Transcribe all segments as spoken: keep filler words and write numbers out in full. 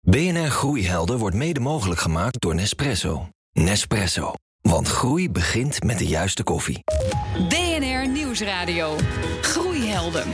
B N R Groeihelden wordt mede mogelijk gemaakt door Nespresso. Nespresso. Want groei begint met de juiste koffie. B N R Nieuwsradio. Groeihelden.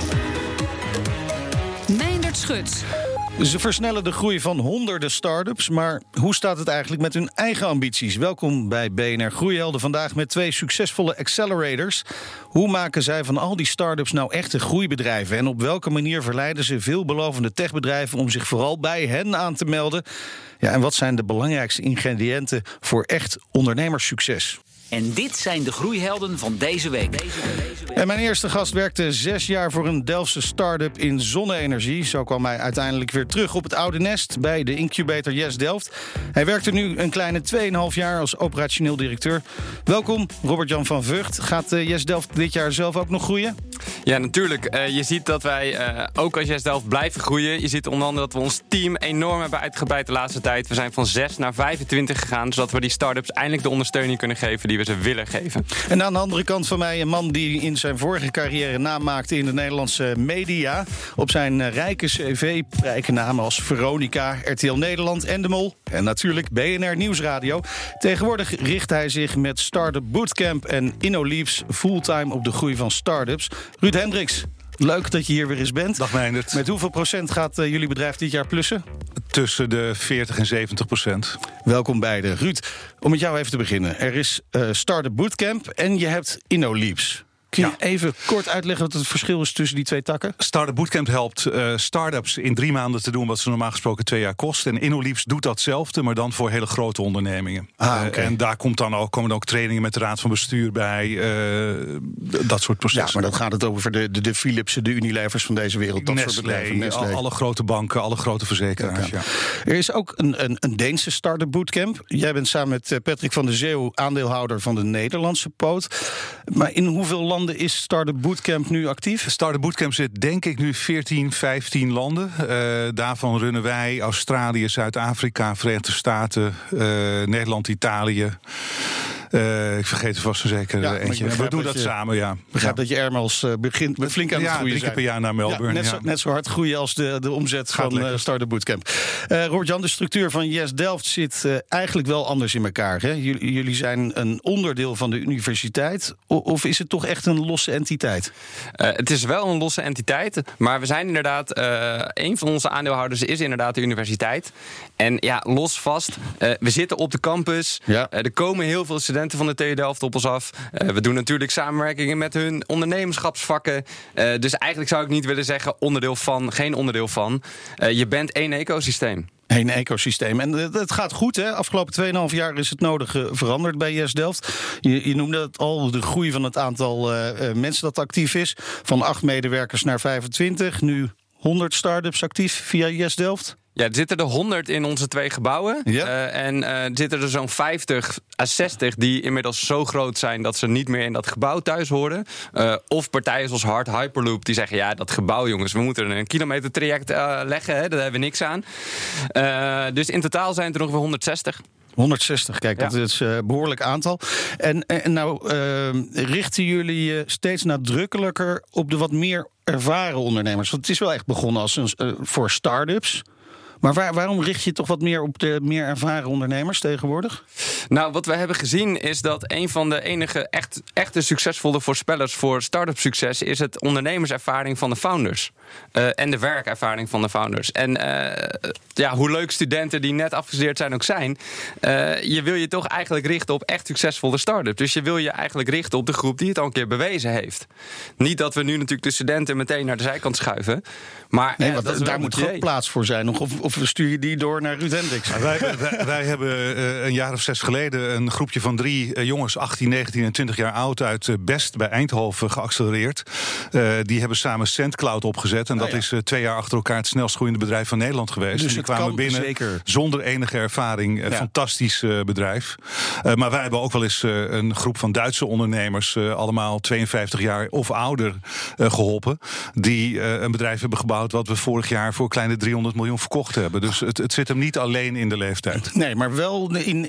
Meindert Schut. Ze versnellen de groei van honderden start-ups, maar hoe staat het eigenlijk met hun eigen ambities? Welkom bij B N R Groeihelden, vandaag met twee succesvolle accelerators. Hoe maken zij van al die start-ups nou echte groeibedrijven? En op welke manier verleiden ze veelbelovende techbedrijven om zich vooral bij hen aan te melden? Ja, en wat zijn de belangrijkste ingrediënten voor echt ondernemerssucces? En dit zijn de groeihelden van deze week. En mijn eerste gast werkte zes jaar voor een Delftse start-up in zonne-energie. Zo kwam hij uiteindelijk weer terug op het oude nest bij de incubator Yes Delft. Hij werkte nu een kleine twee komma vijf jaar als operationeel directeur. Welkom, Robert-Jan van Vught. Gaat uh, Yes Delft dit jaar zelf ook nog groeien? Ja, natuurlijk. Uh, je ziet dat wij uh, ook als Yes Delft blijven groeien. Je ziet onder andere dat we ons team enorm hebben uitgebreid de laatste tijd. We zijn van zes naar vijfentwintig gegaan, zodat we die start-ups eindelijk de ondersteuning kunnen geven die we ze willen geven. En aan de andere kant van mij een man die in zijn vorige carrière naam maakte in de Nederlandse media. Op zijn rijke cv prijken namen als Veronica, R T L Nederland, Endemol en natuurlijk B N R Nieuwsradio. Tegenwoordig richt hij zich met Startup Bootcamp en InnoLeaps fulltime op de groei van start-ups. Ruud Hendricks, leuk dat je hier weer eens bent. Dag Meindert. Met hoeveel procent gaat uh, jullie bedrijf dit jaar plussen? Tussen de veertig en zeventig procent. Welkom beiden. Ruud, om met jou even te beginnen. Er is uh, Startup Bootcamp en je hebt InnoLeaps. Kun je ja. even kort uitleggen wat het verschil is tussen die twee takken? Startup Bootcamp helpt uh, start-ups in drie maanden te doen wat ze normaal gesproken twee jaar kost. En InnoLeaps doet datzelfde, maar dan voor hele grote ondernemingen. Ah, okay. uh, en daar komt dan ook, komen dan ook trainingen met de raad van bestuur bij. Uh, dat soort processen. Ja, maar dan gaat het over de, de, de Philipsen, de Unilevers van deze wereld. Dat Nestlé, soort bedrijven. Nestlé. Alle grote banken, alle grote verzekeraars. Ja, ja. Er is ook een, een, een Deense Startup Bootcamp. Jij bent samen met Patrick van der Zeeuw aandeelhouder van de Nederlandse poot. Maar in hoeveel landen is Startup Bootcamp nu actief? Startup Bootcamp zit denk ik nu veertien, vijftien landen. Uh, daarvan runnen wij Australië, Zuid-Afrika, Verenigde Staten, uh, Nederland, Italië. Uh, ik vergeet er vast en zeker ja, eentje. We doen dat je, samen, ja. Ik begrijp ja. dat je Ermels uh, begint met flink aan het ja, groeien drie keer per jaar naar Melbourne. Ja, net, ja. Zo, net zo hard groeien als de, de omzet Gaat van uh, Startup Bootcamp. Uh, Robert-Jan, de structuur van Yes Delft zit uh, eigenlijk wel anders in elkaar. Hè? J- jullie zijn een onderdeel van de universiteit. O- of is het toch echt een losse entiteit? Uh, het is wel een losse entiteit. Maar we zijn inderdaad... Uh, een van onze aandeelhouders is inderdaad de universiteit. En ja, los vast. Uh, we zitten op de campus. Ja. Uh, er komen heel veel studenten van de T U Delft op ons af. Uh, we doen natuurlijk samenwerkingen met hun ondernemerschapsvakken. Uh, dus eigenlijk zou ik niet willen zeggen onderdeel van, geen onderdeel van. Uh, je bent één ecosysteem. Een ecosysteem. En het gaat goed, hè? Afgelopen twee komma vijf jaar is het nodige veranderd bij Yes Delft. Je, je noemde het al, de groei van het aantal uh, mensen dat actief is. Van acht medewerkers naar vijfentwintig. Nu honderd start-ups actief via Yes Delft. Ja, er zitten er honderd in onze twee gebouwen. Ja. Uh, en uh, er zitten er zo'n vijftig à zestig die inmiddels zo groot zijn dat ze niet meer in dat gebouw thuis horen. Uh, of partijen zoals Hard Hyperloop die zeggen, ja, dat gebouw, jongens, we moeten een kilometer traject uh, leggen, hè, daar hebben we niks aan. Uh, dus in totaal zijn het er ongeveer honderdzestig. honderdzestig, kijk, ja. dat is een uh, behoorlijk aantal. En, en nou uh, richten jullie je steeds nadrukkelijker op de wat meer ervaren ondernemers. Want het is wel echt begonnen als een, uh, voor start-ups. Maar waar, waarom richt je toch wat meer op de meer ervaren ondernemers tegenwoordig? Nou, wat we hebben gezien is dat een van de enige echt, echte succesvolle voorspellers voor start-up succes is het ondernemerservaring van de founders. Uh, en de werkervaring van de founders. En uh, ja, hoe leuk studenten die net afgestudeerd zijn ook zijn, uh, je wil je toch eigenlijk richten op echt succesvolle start-ups. Dus je wil je eigenlijk richten op de groep die het al een keer bewezen heeft. Niet dat we nu natuurlijk de studenten meteen naar de zijkant schuiven. Maar nee, uh, want, dat daar moet toch plaats voor zijn. Of, of stuur je die door naar Ruud Hendricks? Ja, wij, wij, wij hebben uh, een jaar of zes geleden een groepje van drie uh, jongens, achttien, negentien en twintig jaar oud, uit uh, Best bij Eindhoven geaccelereerd. Uh, die hebben samen SendCloud opgezet. En dat oh, ja. is uh, twee jaar achter elkaar het snelst groeiende bedrijf van Nederland geweest. Dus en die kwamen binnen zeker. zonder enige ervaring. Uh, ja. Fantastisch uh, bedrijf. Uh, maar wij hebben ook wel eens uh, een groep van Duitse ondernemers, uh, allemaal tweeënvijftig jaar of ouder, uh, geholpen. Die uh, een bedrijf hebben gebouwd wat we vorig jaar voor kleine driehonderd miljoen verkocht hebben. Dus het, het zit hem niet alleen in de leeftijd. Nee, maar wel in, in de kennis.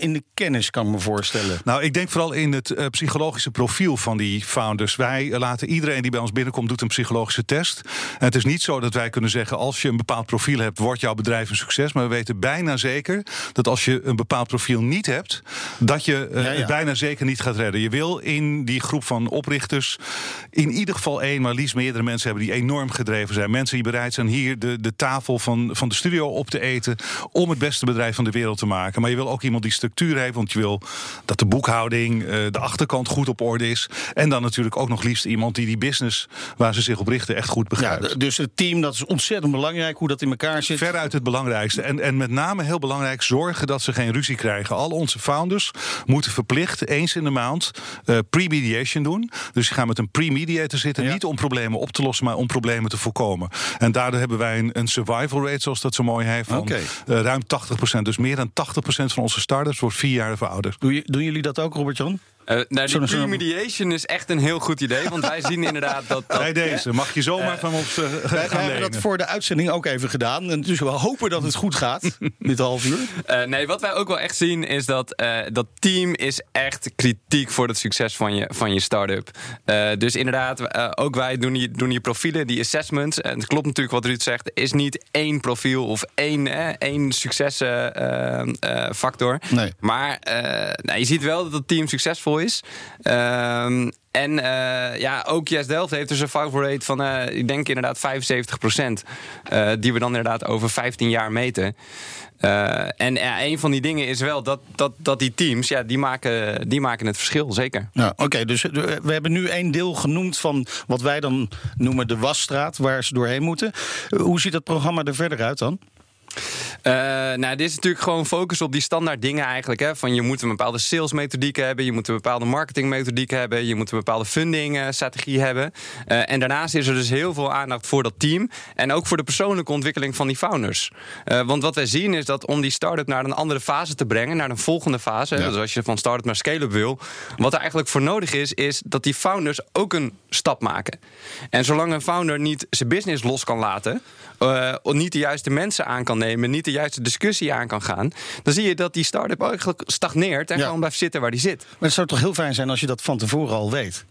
kennis, kan ik me voorstellen. Nou, ik denk vooral in het uh, psychologische profiel van die founders. Wij uh, laten iedereen die bij ons binnenkomt, doet een psychologische test. En het is niet zo dat wij kunnen zeggen, als je een bepaald profiel hebt, wordt jouw bedrijf een succes. Maar we weten bijna zeker dat als je een bepaald profiel niet hebt, dat je uh, ja, ja. het bijna zeker niet gaat redden. Je wil in die groep van oprichters in ieder geval één, maar liefst meerdere mensen hebben die enorm gedreven zijn. Mensen die bereid zijn hier de, de tafel van, van de studio op te eten om het beste bedrijf van de wereld te maken. Maar je wil ook iemand die structuur heeft, want je wil dat de boekhouding, uh, de achterkant goed op orde is. En dan natuurlijk ook nog liefst iemand die die business waar ze zich op richten echt goed begrijpt. Ja, dus het team, dat is ontzettend belangrijk, hoe dat in elkaar zit. Veruit het belangrijkste. En, en met name heel belangrijk, zorgen dat ze geen ruzie krijgen. Al onze founders moeten verplicht eens in de maand uh, pre-mediation doen. Dus je gaat met een pre-mediator zitten, ja. niet om problemen op te lossen, maar om problemen te voorkomen. En daardoor hebben wij een, een survival rate, zoals dat zo mooi heet, van okay. uh, ruim tachtig procent. Dus meer dan tachtig procent van onze startups wordt vier jaar verouderd. Doen, doen jullie dat ook, Robert-Jan? Uh, nou, die pre-mediation is echt een heel goed idee. Want wij zien inderdaad dat... dat Bij deze, mag je zomaar uh, van ons uh, gaan Wij, wij hebben dat voor de uitzending ook even gedaan. En dus we hopen dat het goed gaat, dit half uur. Uh, nee, wat wij ook wel echt zien is dat uh, dat team is echt kritiek voor het succes van je, van je start-up. Uh, dus inderdaad, uh, ook wij doen die, doen die profielen, die assessments. En het klopt natuurlijk wat Ruud zegt. Er is niet één profiel of één, eh, één succesfactor. Uh, uh, nee. Maar uh, nou, je ziet wel dat het team succesvol is. Um, en uh, ja, ook Yes Delft heeft dus een survival rate van, uh, ik denk inderdaad vijfenzeventig procent. Uh, die we dan inderdaad over vijftien jaar meten. Uh, en ja, een van die dingen is wel dat, dat, dat die teams, ja, die maken, die maken het verschil, zeker. Ja, Oké, okay, dus we hebben nu één deel genoemd van wat wij dan noemen de wasstraat, waar ze doorheen moeten. Hoe ziet dat programma er verder uit dan? Uh, nou, dit is natuurlijk gewoon focus op die standaard dingen eigenlijk. Hè? Van je moet een bepaalde salesmethodiek hebben, je moet een bepaalde marketingmethodiek hebben, je moet een bepaalde fundingstrategie hebben. Uh, en daarnaast is er dus heel veel aandacht voor dat team en ook voor de persoonlijke ontwikkeling van die founders. Uh, want wat wij zien is dat om die start-up naar een andere fase te brengen, naar een volgende fase, ja. dus als je van start-up naar scale-up wil, wat er eigenlijk voor nodig is, is dat die founders ook een stap maken. En zolang een founder niet zijn business los kan laten, uh, niet de juiste mensen aan kan nemen, niet de juiste discussie aan kan gaan, dan zie je dat die start-up eigenlijk stagneert en ja. gewoon blijft zitten waar die zit. Maar het zou toch heel fijn zijn als je dat van tevoren al weet?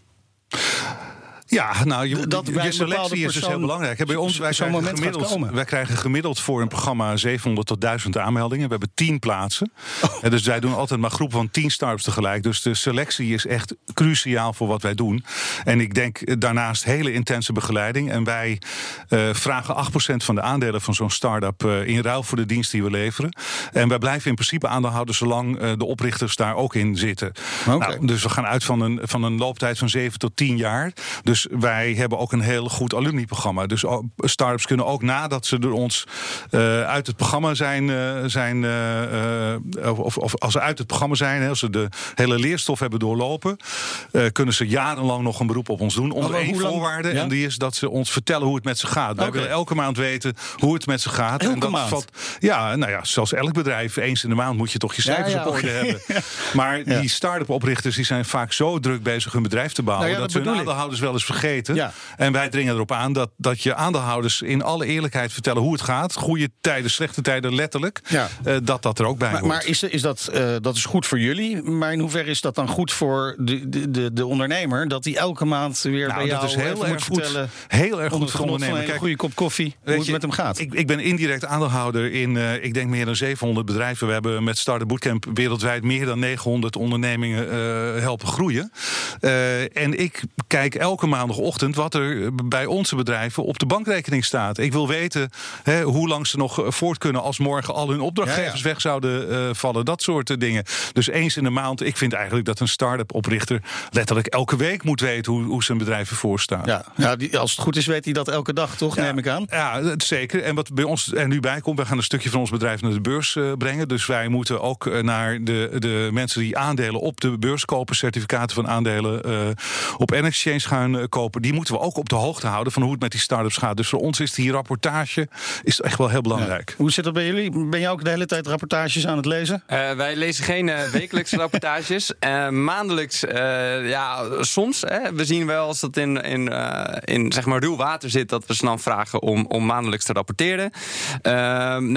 Ja, nou, je, dat je selectie is dus heel belangrijk. Bij ons, wij, krijgen gemiddeld, wij krijgen gemiddeld voor een programma zevenhonderd tot duizend aanmeldingen. We hebben tien plaatsen. Oh. Dus wij doen altijd maar groepen van tien startups tegelijk. Dus de selectie is echt cruciaal voor wat wij doen. En ik denk daarnaast hele intense begeleiding. En wij uh, vragen acht procent van de aandelen van zo'n start-up uh, in ruil voor de dienst die we leveren. En wij blijven in principe aandeelhouden zolang uh, de oprichters daar ook in zitten. Okay. Nou, dus we gaan uit van een, van een looptijd van zeven tot tien jaar. Dus Dus wij hebben ook een heel goed alumni-programma. Dus start-ups kunnen ook nadat ze door ons uh, uit het programma zijn, uh, zijn uh, uh, of, of als ze uit het programma zijn, als ze de hele leerstof hebben doorlopen, uh, kunnen ze jarenlang nog een beroep op ons doen. Onder één voorwaarde, ja? En die is dat ze ons vertellen hoe het met ze gaat. Wij okay. willen elke maand weten hoe het met ze gaat. Elke en dat maand? Valt, ja, nou ja, zoals elk bedrijf, eens in de maand moet je toch je cijfers ja, ja, op orde okay. hebben. Maar ja. die start-up oprichters die zijn vaak zo druk bezig hun bedrijf te bouwen, nou ja, dat, dat ze hun aandeelhouders wel eens vergeten. Ja. En wij dringen erop aan dat, dat je aandeelhouders in alle eerlijkheid vertellen hoe het gaat. Goede tijden, slechte tijden, letterlijk. Ja. Uh, dat dat er ook bij maar, hoort. Maar is, is dat, uh, dat is goed voor jullie. Maar in hoeverre is dat dan goed voor de, de, de, de ondernemer? Dat die elke maand weer nou, bij jou dat is heel erg moet vertellen. Heel erg goed voor de ondernemer. Kijk, een goede kop koffie, hoe het je, met hem gaat. Ik, ik ben indirect aandeelhouder in, uh, ik denk, meer dan zevenhonderd bedrijven. We hebben met Startup Bootcamp wereldwijd meer dan negenhonderd ondernemingen uh, helpen groeien. Uh, en ik kijk elke maandagochtend wat er bij onze bedrijven op de bankrekening staat. Ik wil weten hè, hoe lang ze nog voort kunnen als morgen al hun opdrachtgevers ja, ja. weg zouden uh, vallen. Dat soort uh, dingen. Dus eens in de maand. Ik vind eigenlijk dat een start-up oprichter letterlijk elke week moet weten hoe, hoe zijn bedrijf ervoor staat. Ja, ja die, als het goed is weet hij dat elke dag, toch? Ja, neem ik aan. Ja, zeker. En wat bij ons er nu bij komt, we gaan een stukje van ons bedrijf naar de beurs uh, brengen. Dus wij moeten ook uh, naar de, de mensen die aandelen op de beurs kopen, certificaten van aandelen uh, op N-Exchange gaan uh, kopen. Die moeten we ook op de hoogte houden van hoe het met die start-ups gaat. Dus voor ons is die rapportage is echt wel heel belangrijk. Ja. Hoe zit dat bij jullie? Ben jij ook de hele tijd rapportages aan het lezen? Uh, wij lezen geen uh, wekelijkse rapportages. Uh, maandelijks, uh, ja, soms. Hè. We zien wel als dat in, in, uh, in zeg maar ruw water zit, dat we ze dan vragen om, om maandelijks te rapporteren. Uh, nee,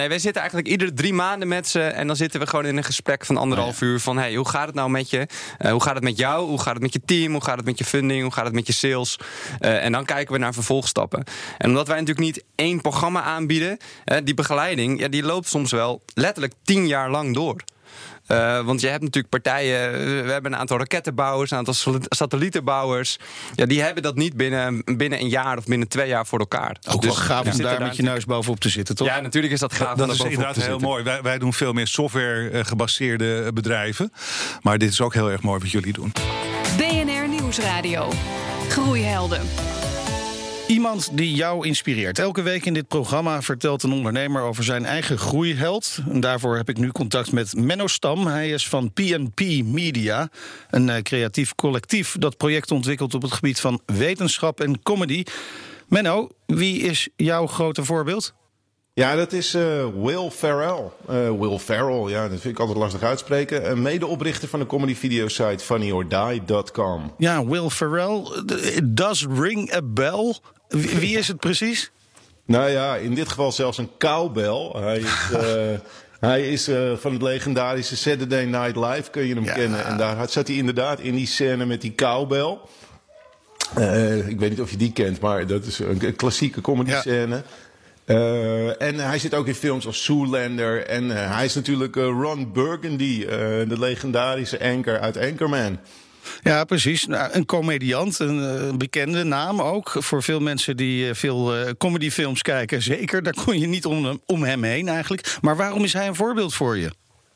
nee, wij zitten eigenlijk iedere drie maanden met ze. En dan zitten we gewoon in een gesprek van anderhalf oh, ja. uur. Van hey, hoe gaat het nou met je? Uh, hoe gaat het met jou? Hoe gaat het met je team? Hoe gaat het met je funding? Hoe gaat het met je sales? Uh, en dan kijken we naar vervolgstappen. En omdat wij natuurlijk niet één programma aanbieden, uh, die begeleiding, ja, die loopt soms wel letterlijk tien jaar lang door. Uh, want je hebt natuurlijk partijen, we hebben een aantal rakettenbouwers, een aantal satellietenbouwers. Ja, die hebben dat niet binnen, binnen een jaar of binnen twee jaar voor elkaar. Ook dus, wel gaaf om daar met je neus bovenop te zitten, toch? Ja, natuurlijk is dat gaaf. Dat, dat is inderdaad heel zitten. mooi. Wij, wij doen veel meer software-gebaseerde bedrijven. Maar dit is ook heel erg mooi wat jullie doen. B N R Nieuwsradio. Groeihelden. Iemand die jou inspireert. Elke week in dit programma vertelt een ondernemer over zijn eigen groeiheld. En daarvoor heb ik nu contact met Menno Stam. Hij is van P en P Media, een uh, creatief collectief dat projecten ontwikkelt op het gebied van wetenschap en comedy. Menno, wie is jouw grote voorbeeld? Ja, dat is uh, Will Ferrell. Uh, Will Ferrell, ja, dat vind ik altijd lastig uitspreken. Een medeoprichter van de comedy video site funny or die dot com. Ja, Will Ferrell, it does ring a bell. Wie, wie is het precies? Nou ja, in dit geval zelfs een cowbell. Hij is, uh, hij is uh, van het legendarische Saturday Night Live, kun je hem ja. kennen. En daar zat hij inderdaad in die scène met die cowbell. Uh, ik weet niet of je die kent, maar dat is een klassieke comedy scène. Ja. Uh, en hij zit ook in films als Zoolander. En uh, hij is natuurlijk uh, Ron Burgundy, uh, de legendarische anchor uit Anchorman. Ja, precies. Nou, een comediant, een, een bekende naam ook. Voor veel mensen die uh, veel uh, comedyfilms kijken, zeker. Daar kon je niet om, om hem heen eigenlijk. Maar waarom is hij een voorbeeld voor je?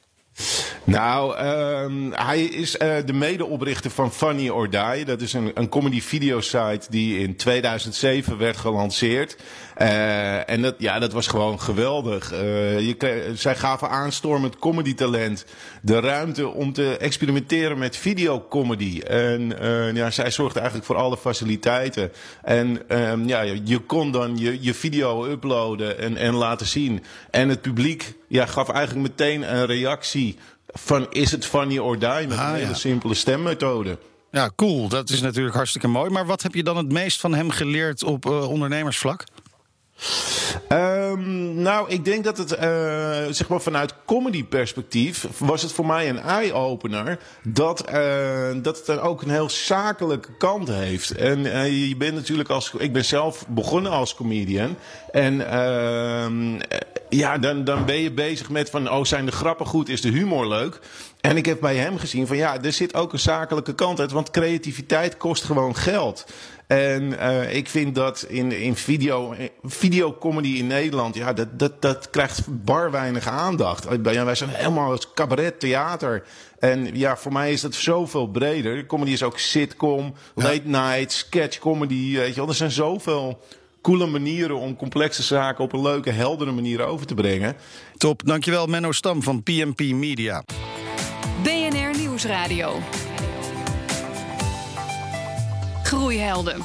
Nou, um, hij is uh, de medeoprichter van Funny or Die. Dat is een, een comedy videosite die in tweeduizend zeven werd gelanceerd. Uh, en dat, ja, dat was gewoon geweldig. Uh, je kreeg, zij gaven aanstormend comedytalent de ruimte om te experimenteren met videocomedy. En uh, ja, zij zorgde eigenlijk voor alle faciliteiten. En um, ja, je kon dan je, je video uploaden en, en laten zien. En het publiek ja, gaf eigenlijk meteen een reactie van is het funny or die met ah, een hele ja. simpele stemmethode. Ja, cool. Dat is natuurlijk hartstikke mooi. Maar wat heb je dan het meest van hem geleerd op uh, ondernemersvlak? Um, nou, ik denk dat het, uh, zeg maar vanuit comedy-perspectief was het voor mij een eye-opener dat, uh, dat het dan ook een heel zakelijke kant heeft. En uh, je bent natuurlijk als, ik ben zelf begonnen als comedian en uh, ja, dan, dan ben je bezig met van, oh, zijn de grappen goed, is de humor leuk? En ik heb bij hem gezien van, ja, er zit ook een zakelijke kant uit, want creativiteit kost gewoon geld. En uh, ik vind dat in, in video, videocomedy in Nederland, ja, dat, dat, dat krijgt bar weinig aandacht. Ja, wij zijn helemaal als cabaret, theater. En ja, voor mij is dat zoveel breder. Comedy is ook sitcom, ja. late night, sketch comedy, weet je wel. Er zijn zoveel coole manieren om complexe zaken op een leuke, heldere manier over te brengen. Top, dankjewel Menno Stam van P en P Media. B N R Nieuwsradio. Groeihelden.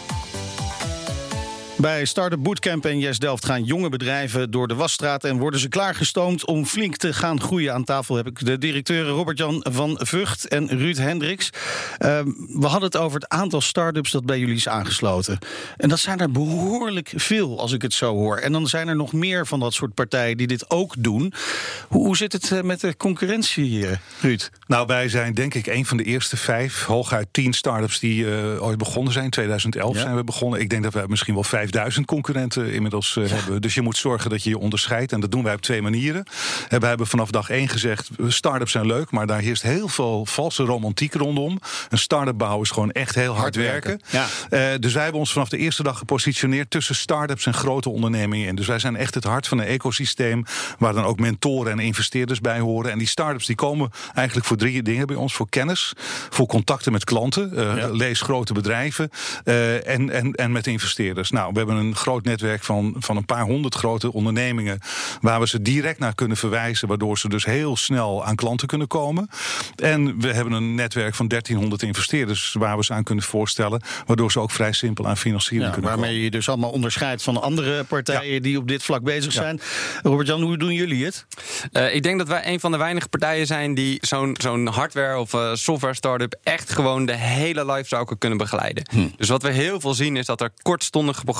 Bij Startup Bootcamp en Yes Delft gaan jonge bedrijven door de wasstraat en worden ze klaargestoomd om flink te gaan groeien. Aan tafel heb ik de directeuren Robert-Jan van Vught en Ruud Hendricks. Uh, we hadden het over het aantal start-ups dat bij jullie is aangesloten. En dat zijn er behoorlijk veel, als ik het zo hoor. En dan zijn er nog meer van dat soort partijen die dit ook doen. Hoe, hoe zit het met de concurrentie hier, Ruud? Nou, wij zijn denk ik een van de eerste vijf, hooguit tien start-ups die uh, ooit begonnen zijn. tweeduizend elf ja. zijn we begonnen. Ik denk dat we misschien wel vijfduizend concurrenten inmiddels uh, ja. hebben. Dus je moet zorgen dat je je onderscheidt. En dat doen wij op twee manieren. En we hebben vanaf dag één gezegd, start-ups zijn leuk, maar daar heerst heel veel valse romantiek rondom. Een start-up bouwen is gewoon echt heel hard, hard werken. werken. Ja. Uh, dus wij hebben ons vanaf de eerste dag gepositioneerd tussen start-ups en grote ondernemingen in. Dus wij zijn echt het hart van een ecosysteem waar dan ook mentoren en investeerders bij horen. En die start-ups die komen eigenlijk voor drie dingen bij ons. Voor kennis, voor contacten met klanten, uh, ja. lees grote bedrijven uh, en, en, en met investeerders. Nou, we hebben een groot netwerk van, van een paar honderd grote ondernemingen waar we ze direct naar kunnen verwijzen, waardoor ze dus heel snel aan klanten kunnen komen. En we hebben een netwerk van dertienhonderd investeerders waar we ze aan kunnen voorstellen, waardoor ze ook vrij simpel aan financiering ja, kunnen waarmee komen. Je dus allemaal onderscheidt van andere partijen ja. die op dit vlak bezig ja. zijn. Robert-Jan, hoe doen jullie het? Uh, ik denk dat wij een van de weinige partijen zijn die zo'n, zo'n hardware of uh, software start-up echt gewoon de hele lifecycle kunnen begeleiden. Hm. Dus wat we heel veel zien is dat er kortstondige programma's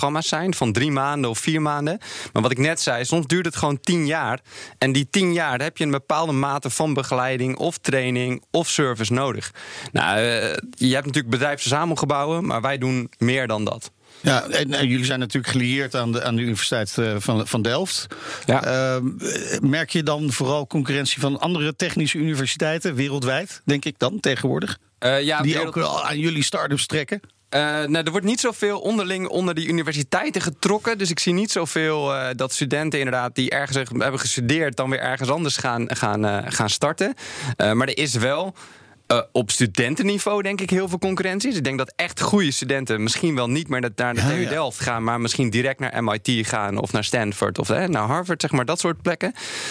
programma's zijn van drie maanden of vier maanden. Maar wat ik net zei, soms duurt het gewoon tien jaar. En die tien jaar daar heb je een bepaalde mate van begeleiding of training of service nodig. Nou, uh, je hebt natuurlijk bedrijfsverzamelgebouwen, maar wij doen meer dan dat. Ja, en, en jullie zijn natuurlijk gelieerd aan de, aan de Universiteit uh, van, van Delft. Ja. Uh, merk je dan vooral concurrentie van andere technische universiteiten wereldwijd, denk ik dan tegenwoordig? Uh, ja, die wereld... ook wel aan jullie start-ups trekken? Uh, nou, er wordt niet zoveel onderling onder die universiteiten getrokken. Dus ik zie niet zoveel uh, dat studenten inderdaad die ergens hebben gestudeerd dan weer ergens anders gaan, gaan, uh, gaan starten. Uh, maar er is wel Uh, op studentenniveau denk ik heel veel concurrentie. Dus ik denk dat echt goede studenten misschien wel niet meer naar de ja, T U ja. Delft gaan, maar misschien direct naar M I T gaan of naar Stanford of eh, naar Harvard, zeg maar, dat soort plekken.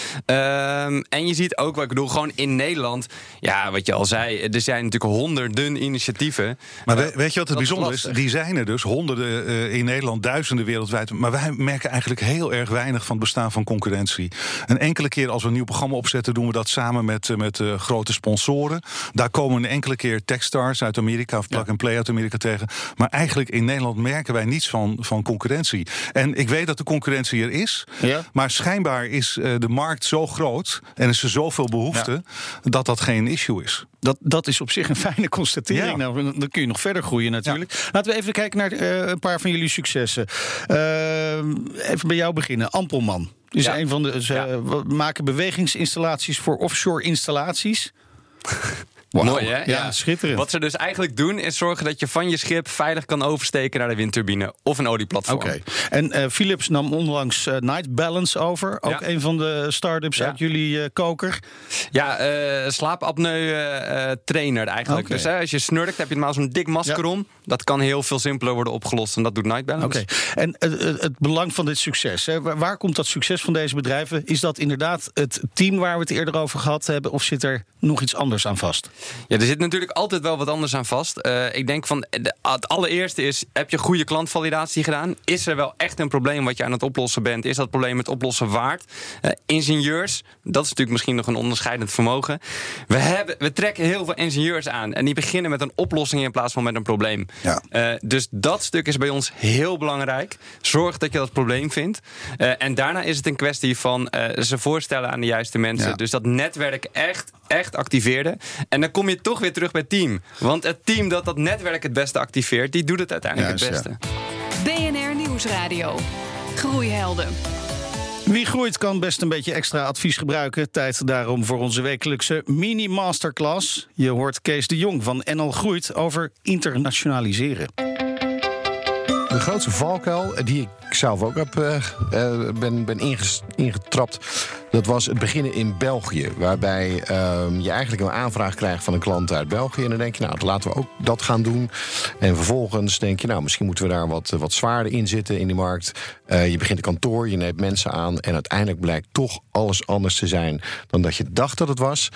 Um, en je ziet ook, wat ik bedoel, gewoon in Nederland, ja, wat je al zei, er zijn natuurlijk honderden initiatieven. Maar uh, weet, weet je wat het bijzonder is? Die zijn er dus, honderden uh, in Nederland, duizenden wereldwijd. Maar wij merken eigenlijk heel erg weinig van het bestaan van concurrentie. Een enkele keer als we een nieuw programma opzetten, doen we dat samen met, uh, met uh, grote sponsoren. Daar komen een enkele keer Techstars uit Amerika of Plug Ja. and Play uit Amerika tegen. Maar eigenlijk in Nederland merken wij niets van, van concurrentie. En ik weet dat de concurrentie er is. Ja. Maar schijnbaar is uh, de markt zo groot en is er zoveel behoefte Ja. dat dat geen issue is. Dat, dat is op zich een fijne constatering. Ja. Nou, dan kun je nog verder groeien natuurlijk. Ja. Laten we even kijken naar uh, een paar van jullie successen. Uh, even bij jou beginnen. Ampelman. Dus Ja. een van de. Ze Ja. uh, maken bewegingsinstallaties voor offshore installaties. Wow. Mooi, hè? Ja, schitterend. Wat ze dus eigenlijk doen, is zorgen dat je van je schip veilig kan oversteken naar de windturbine of een olieplatform. Oké. Okay. En uh, Philips nam onlangs uh, Night Balance over. Ook Ja. een van de start-ups Ja. uit jullie uh, koker. Ja, uh, slaapapneu uh, trainer eigenlijk. Okay. Dus hè, als je snurkt, heb je normaal zo'n dik masker Ja. om. Dat kan heel veel simpeler worden opgelost en dat doet Night Balance. Oké. Okay. En uh, het belang van dit succes, hè? Waar, waar komt dat succes van deze bedrijven? Is dat inderdaad het team waar we het eerder over gehad hebben, of zit er nog iets anders aan vast? Ja, er zit natuurlijk altijd wel wat anders aan vast. Uh, ik denk van, de, het allereerste is, heb je goede klantvalidatie gedaan? Is er wel echt een probleem wat je aan het oplossen bent? Is dat probleem het oplossen waard? Uh, ingenieurs, dat is natuurlijk misschien nog een onderscheidend vermogen. We, hebben, we trekken heel veel ingenieurs aan en die beginnen met een oplossing in plaats van met een probleem. Ja. Uh, dus dat stuk is bij ons heel belangrijk. Zorg dat je dat probleem vindt. Uh, en daarna is het een kwestie van uh, ze voorstellen aan de juiste mensen. Ja. Dus dat netwerk echt, echt activeerde. En dan kom je toch weer terug bij het team. Want het team dat dat netwerk het beste activeert, die doet het uiteindelijk Juist, het beste. B N R Nieuwsradio. Groeihelden. Wie groeit kan best een beetje extra advies gebruiken. Tijd daarom voor onze wekelijkse mini-masterclass. Je hoort Kees de Jong van N L Groeit over internationaliseren. De grootste valkuil die ik zelf ook heb, uh, uh, ben, ben inges, ingetrapt, dat was het beginnen in België. Waarbij uh, je eigenlijk een aanvraag krijgt van een klant uit België. En dan denk je, nou, laten we ook dat gaan doen. En vervolgens denk je, nou, misschien moeten we daar wat, wat zwaarder in zitten in die markt. Uh, je begint een kantoor, je neemt mensen aan. En uiteindelijk blijkt toch alles anders te zijn dan dat je dacht dat het was.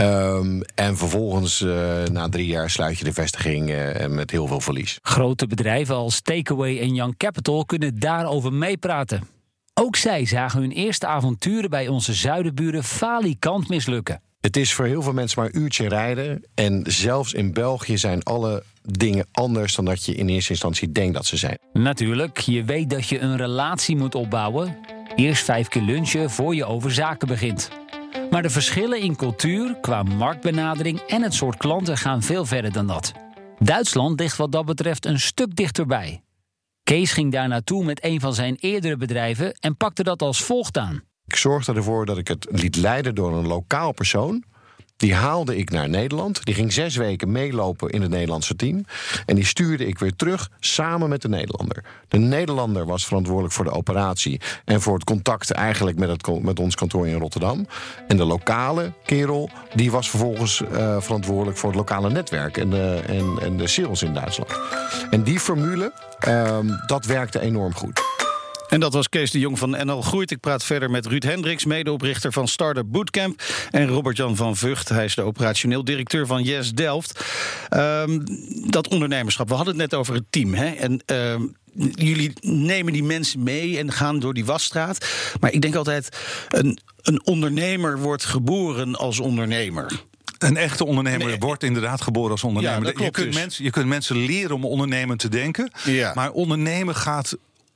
Um, en vervolgens, uh, na drie jaar, sluit je de vestiging uh, met heel veel verlies. Grote bedrijven als Takeaway en Young Capital kunnen daarover meepraten. Ook zij zagen hun eerste avonturen bij onze zuidenburen falikant mislukken. Het is voor heel veel mensen maar een uurtje rijden. En zelfs in België zijn alle dingen anders dan dat je in eerste instantie denkt dat ze zijn. Natuurlijk, je weet dat je een relatie moet opbouwen. Eerst vijf keer lunchen voor je over zaken begint. Maar de verschillen in cultuur, qua marktbenadering en het soort klanten gaan veel verder dan dat. Duitsland ligt wat dat betreft een stuk dichterbij. Kees ging daar naartoe met een van zijn eerdere bedrijven en pakte dat als volgt aan. Ik zorgde ervoor dat ik het liet leiden door een lokaal persoon. Die haalde ik naar Nederland. Die ging zes weken meelopen in het Nederlandse team. En die stuurde ik weer terug samen met de Nederlander. De Nederlander was verantwoordelijk voor de operatie en voor het contact eigenlijk met, het, met ons kantoor in Rotterdam. En de lokale kerel, die was vervolgens uh, verantwoordelijk voor het lokale netwerk en de, en, en de sales in Duitsland. En die formule, um, dat werkte enorm goed. En dat was Kees de Jong van N L Groeit. Ik praat verder met Ruud Hendricks, medeoprichter van Startup Bootcamp. En Robert-Jan van Vught, hij is de operationeel directeur van Yes Delft. Um, dat ondernemerschap, we hadden het net over het team. Hè? En um, jullie nemen die mensen mee en gaan door die wasstraat. Maar ik denk altijd, een, een ondernemer wordt geboren als ondernemer. Een echte ondernemer nee. wordt inderdaad geboren als ondernemer. Ja, dat klopt je, kunt dus. mensen, je kunt mensen leren om ondernemend te denken. Ja. Maar ondernemen gaat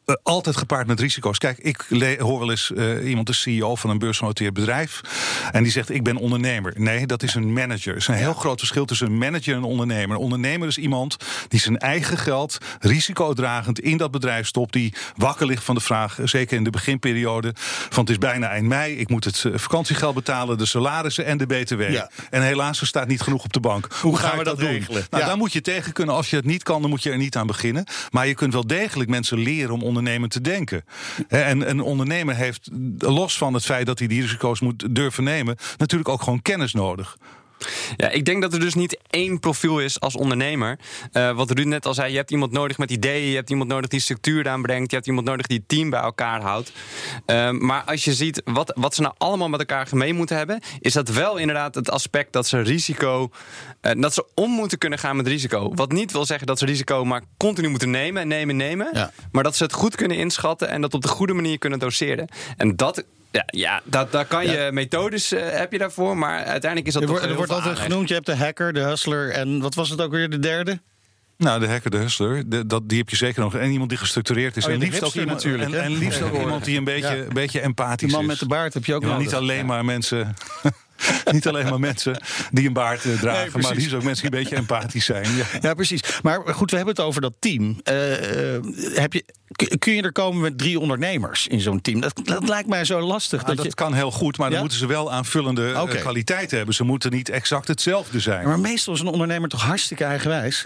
Uh, altijd gepaard met risico's. Kijk, ik le- hoor wel eens uh, iemand, de C E O van een beursgenoteerd bedrijf, en die zegt, ik ben ondernemer. Nee, dat is een manager. Er is een heel groot verschil tussen een manager en een ondernemer. Een ondernemer is iemand die zijn eigen geld risicodragend in dat bedrijf stopt, die wakker ligt van de vraag, zeker in de beginperiode, van het is bijna eind mei, ik moet het vakantiegeld betalen, de salarissen en de B T W. Ja. En helaas, er staat niet genoeg op de bank. Hoe, Hoe gaan ga we ik dat dat doen? regelen? Nou, Ja. daar moet je tegen kunnen. Als je het niet kan, dan moet je er niet aan beginnen. Maar je kunt wel degelijk mensen leren om ondernemend te denken. En een ondernemer heeft, los van het feit dat hij die risico's moet durven nemen, natuurlijk ook gewoon kennis nodig. Ja, ik denk dat er dus niet één profiel is als ondernemer. Uh, wat Ruud net al zei, je hebt iemand nodig met ideeën, je hebt iemand nodig die structuur aanbrengt, je hebt iemand nodig die het team bij elkaar houdt. Uh, maar als je ziet wat, wat ze nou allemaal met elkaar gemeen moeten hebben, is dat wel inderdaad het aspect dat ze risico, uh, dat ze om moeten kunnen gaan met risico. Wat niet wil zeggen dat ze risico maar continu moeten nemen en nemen, nemen. Ja. Maar dat ze het goed kunnen inschatten en dat op de goede manier kunnen doseren. En dat Ja, ja dat, daar kan je ja. methodes uh, heb je daarvoor, maar uiteindelijk is dat er toch wordt, er wordt altijd genoemd, je hebt de hacker, de hustler en wat was het ook weer, de derde? Nou, de hacker, de hustler, de, dat, die heb je zeker nog. En iemand die gestructureerd is. Oh, ja, en liefst ook iemand, natuurlijk. En, en liefst ja, ook iemand die een beetje, ja. een beetje empathisch is. De man met de baard heb je ook ja, nog. Niet alleen ja. maar mensen... Niet alleen maar mensen die een baard uh, dragen, nee, maar liefst ook mensen die een beetje empathisch zijn. Ja. ja, precies. Maar goed, we hebben het over dat team. Uh, uh, heb je, kun je er komen met drie ondernemers in zo'n team? Dat, dat lijkt mij zo lastig. Ja, dat dat je... kan heel goed, maar ja? dan moeten ze wel aanvullende okay. uh, kwaliteiten hebben. Ze moeten niet exact hetzelfde zijn. Maar meestal is een ondernemer toch hartstikke eigenwijs?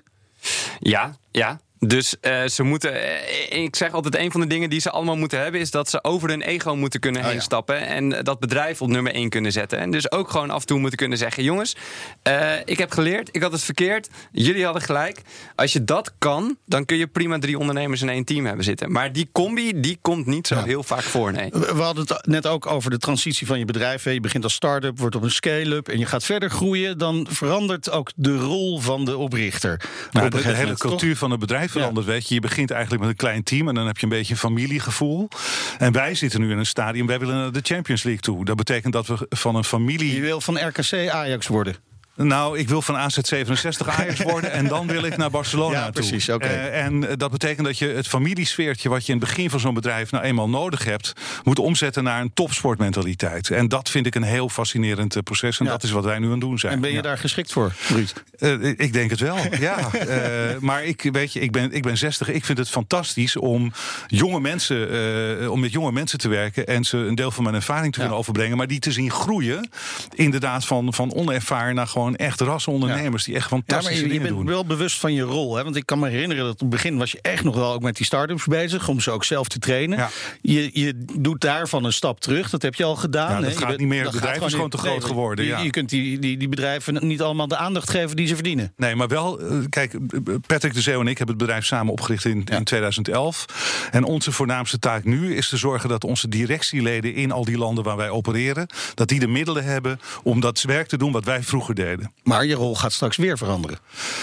Ja, ja. Dus uh, ze moeten, uh, ik zeg altijd, een van de dingen die ze allemaal moeten hebben is dat ze over hun ego moeten kunnen oh, heen ja. stappen en dat bedrijf op nummer één kunnen zetten. En dus ook gewoon af en toe moeten kunnen zeggen, jongens, uh, ik heb geleerd, ik had het verkeerd, jullie hadden gelijk. Als je dat kan, dan kun je prima drie ondernemers in één team hebben zitten. Maar die combi, die komt niet zo ja. heel vaak voor, nee. We hadden het net ook over de transitie van je bedrijf. Je begint als start-up, wordt op een scale-up en je gaat verder groeien. Dan verandert ook de rol van de oprichter. Nou, de, de hele moment, cultuur toch? van het bedrijf verandert, ja. weet je. Je begint eigenlijk met een klein team en dan heb je een beetje een familiegevoel. En wij zitten nu in een stadium, wij willen naar de Champions League toe. Dat betekent dat we van een familie... Je wil van R K C Ajax worden. Nou, ik wil van A Z zevenenzestig Ajax worden en dan wil ik naar Barcelona ja, precies, toe. Okay. Uh, en dat betekent dat je het familiesfeertje wat je in het begin van zo'n bedrijf nou eenmaal nodig hebt, moet omzetten naar een topsportmentaliteit. En dat vind ik een heel fascinerend proces en ja. dat is wat wij nu aan het doen zijn. En ben je ja. daar geschikt voor, Ruud? Uh, ik denk het wel, ja. Uh, maar ik, weet je, ik ben, ik ben zestig. Ik vind het fantastisch om jonge mensen, uh, om met jonge mensen te werken en ze een deel van mijn ervaring te ja. kunnen overbrengen, maar die te zien groeien, inderdaad van, van onervaren naar gewoon echt rassenondernemers ja. die echt fantastische ja, maar je, dingen doen. Je bent wel bewust van je rol. Hè? Want ik kan me herinneren dat op het begin was je echt nog wel ook met die start-ups bezig, om ze ook zelf te trainen. Ja. Je, je doet daarvan een stap terug. Dat heb je al gedaan. Ja, dat hè? gaat je bent, niet meer. Het bedrijf is gewoon te groot nee, geworden. Je, ja. je kunt die, die, die bedrijven niet allemaal de aandacht geven die ze verdienen. Nee, maar wel, kijk, Patrick de Zeeuw en ik hebben het bedrijf samen opgericht in, ja. in tweeduizend elf. En onze voornaamste taak nu is te zorgen dat onze directieleden in al die landen waar wij opereren, dat die de middelen hebben om dat werk te doen wat wij vroeger deden. Maar je rol gaat straks weer veranderen.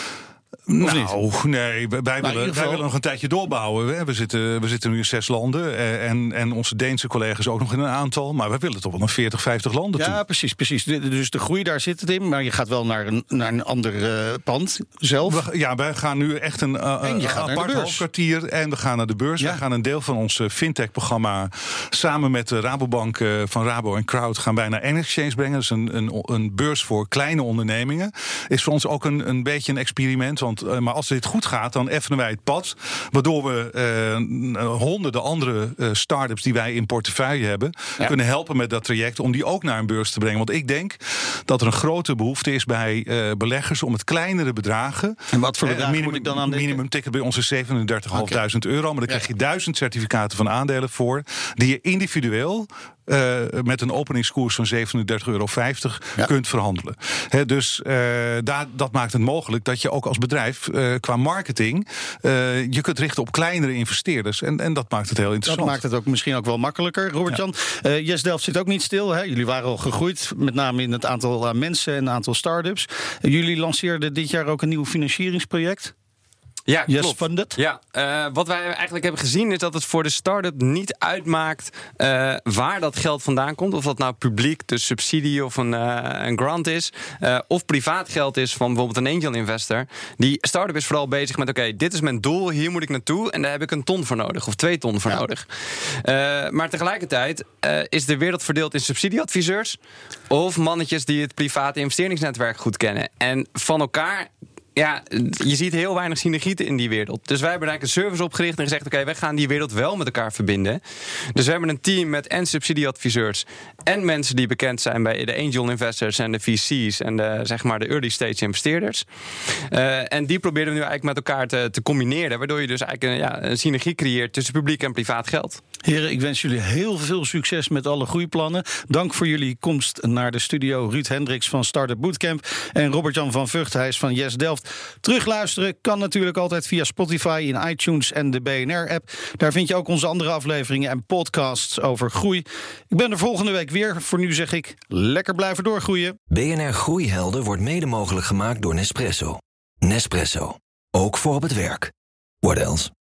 Of nou, niet? nee, wij, wij, nou, willen, geval... wij willen nog een tijdje doorbouwen. We zitten, we zitten nu in zes landen. En, en onze Deense collega's ook nog in een aantal. Maar wij willen toch wel naar veertig, vijftig landen ja, toe. Ja, precies, precies. Dus de groei, daar zit het in. Maar je gaat wel naar een, naar een ander uh, pand zelf. We, ja, wij gaan nu echt een, uh, en je gaat apart hoofdkwartier. En we gaan naar de beurs. Ja. We gaan een deel van ons fintech-programma samen met de Rabobank uh, van Rabo en Crowd gaan wij naar N-Exchange brengen. Dat is een, een, een beurs voor kleine ondernemingen. Is voor ons ook een, een beetje een experiment. Want, uh, maar als dit goed gaat, dan effenen wij het pad. Waardoor we uh, honderden andere uh, start-ups die wij in portefeuille hebben, ja. kunnen helpen met dat traject om die ook naar een beurs te brengen. Want ik denk dat er een grote behoefte is bij uh, beleggers om het kleinere bedragen. En wat voor bedragen uh, moet ik dan aan denken? Minimum ticket bij ons is zevenendertigduizend okay. euro. Maar dan krijg je duizend certificaten van aandelen voor, die je individueel Uh, met een openingskoers van zevenendertig euro vijftig ja. kunt verhandelen. He, dus uh, daar, dat maakt het mogelijk dat je ook als bedrijf uh, qua marketing uh, je kunt richten op kleinere investeerders. En, en dat maakt het heel interessant. Dat maakt het ook misschien ook wel makkelijker. Robert-Jan, ja. uh, Yes Delft zit ook niet stil. Hè? Jullie waren al gegroeid, met name in het aantal uh, mensen en het aantal start-ups. Uh, jullie lanceerden dit jaar ook een nieuw financieringsproject. Ja, Yes klopt. Funded? Ja, uh, wat wij eigenlijk hebben gezien is dat het voor de start-up niet uitmaakt uh, waar dat geld vandaan komt. Of dat nou publiek, dus subsidie of een, uh, een grant is. Uh, of privaat geld is van bijvoorbeeld een angel investor. Die start-up is vooral bezig met, oké, okay, dit is mijn doel, hier moet ik naartoe. En daar heb ik een ton voor nodig, of twee ton voor ja. nodig. Uh, maar tegelijkertijd uh, is de wereld verdeeld in subsidieadviseurs of mannetjes die het private investeringsnetwerk goed kennen. En van elkaar... Ja, je ziet heel weinig synergieten in die wereld. Dus wij hebben eigenlijk een service opgericht en gezegd... oké, okay, wij gaan die wereld wel met elkaar verbinden. Dus we hebben een team met en subsidieadviseurs... en mensen die bekend zijn bij de angel investors... en de V C's en de, zeg maar de early stage investeerders. Uh, en die proberen we nu eigenlijk met elkaar te, te combineren... waardoor je dus eigenlijk een, ja, een synergie creëert... tussen publiek en privaat geld. Heren, ik wens jullie heel veel succes met alle groeiplannen. Dank voor jullie komst naar de studio. Ruud Hendricks van Startup Bootcamp... en Robert-Jan van Vught, hij is van Yes Delft. Terugluisteren kan natuurlijk altijd via Spotify, in iTunes en de B N R-app. Daar vind je ook onze andere afleveringen en podcasts over groei. Ik ben er volgende week weer. Voor nu zeg ik, lekker blijven doorgroeien. B N R Groeihelden wordt mede mogelijk gemaakt door Nespresso. Nespresso. Ook voor op het werk. What else?